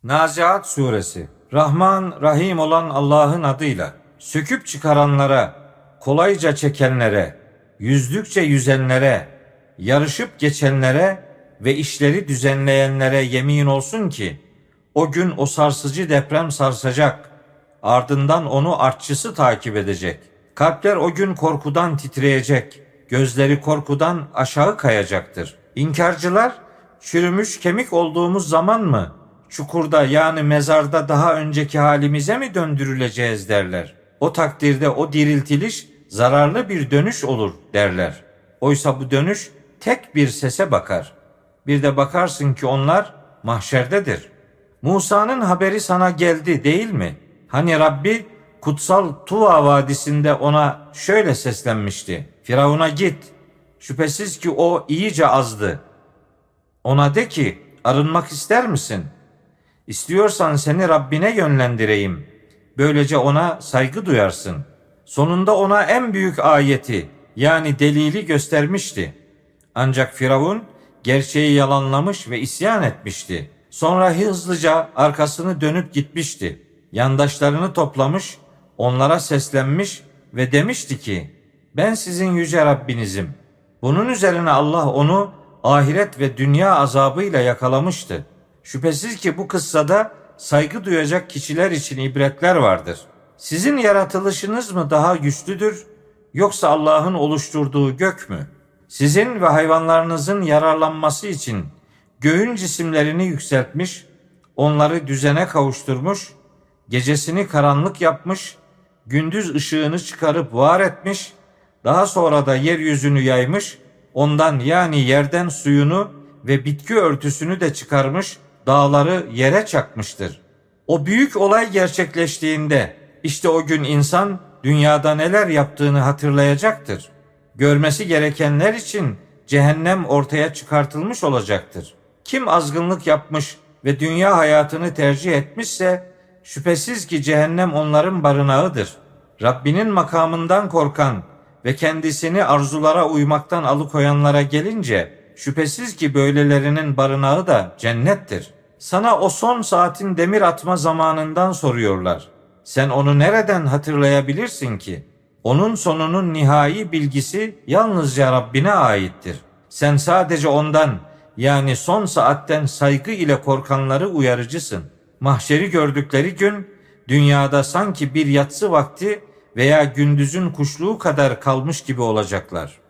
Naziat Suresi. Rahman, Rahim olan Allah'ın adıyla. Söküp çıkaranlara, kolayca çekenlere, yüzdükçe yüzenlere, yarışıp geçenlere ve işleri düzenleyenlere yemin olsun ki, o gün o sarsıcı deprem sarsacak, ardından onu artçısı takip edecek. Kalpler o gün korkudan titreyecek, gözleri korkudan aşağı kayacaktır. İnkarcılar, çürümüş kemik olduğumuz zaman mı, çukurda yani mezarda daha önceki halimize mi döndürüleceğiz derler. O takdirde o diriltiliş zararlı bir dönüş olur derler. Oysa bu dönüş tek bir sese bakar. Bir de bakarsın ki onlar mahşerdedir. Musa'nın haberi sana geldi değil mi? Hani Rabbi kutsal Tuva vadisinde ona şöyle seslenmişti. Firavun'a git. Şüphesiz ki o iyice azdı. Ona de ki arınmak ister misin? İstiyorsan seni Rabbine yönlendireyim. Böylece ona saygı duyarsın. Sonunda ona en büyük ayeti yani delili göstermişti. Ancak Firavun gerçeği yalanlamış ve isyan etmişti. Sonra hızlıca arkasını dönüp gitmişti. Yandaşlarını toplamış, onlara seslenmiş ve demişti ki, ben sizin yüce Rabbinizim. Bunun üzerine Allah onu ahiret ve dünya azabıyla yakalamıştı. Şüphesiz ki bu kıssada saygı duyacak kişiler için ibretler vardır. Sizin yaratılışınız mı daha güçlüdür, yoksa Allah'ın oluşturduğu gök mü? Sizin ve hayvanlarınızın yararlanması için göğün cisimlerini yükseltmiş, onları düzene kavuşturmuş, gecesini karanlık yapmış, gündüz ışığını çıkarıp var etmiş, daha sonra da yeryüzünü yaymış, ondan yani yerden suyunu ve bitki örtüsünü de çıkarmış, dağları yere çakmıştır. O büyük olay gerçekleştiğinde işte o gün insan dünyada neler yaptığını hatırlayacaktır. Görmesi gerekenler için cehennem ortaya çıkartılmış olacaktır. Kim azgınlık yapmış ve dünya hayatını tercih etmişse şüphesiz ki cehennem onların barınağıdır. Rabbinin makamından korkan ve kendisini arzulara uymaktan alıkoyanlara gelince şüphesiz ki böylelerinin barınağı da cennettir. Sana o son saatin demir atma zamanından soruyorlar. Sen onu nereden hatırlayabilirsin ki? Onun sonunun nihai bilgisi yalnızca Rabbine aittir. Sen sadece ondan yani son saatten saygı ile korkanları uyarıcısın. Mahşeri gördükleri gün dünyada sanki bir yatsı vakti veya gündüzün kuşluğu kadar kalmış gibi olacaklar.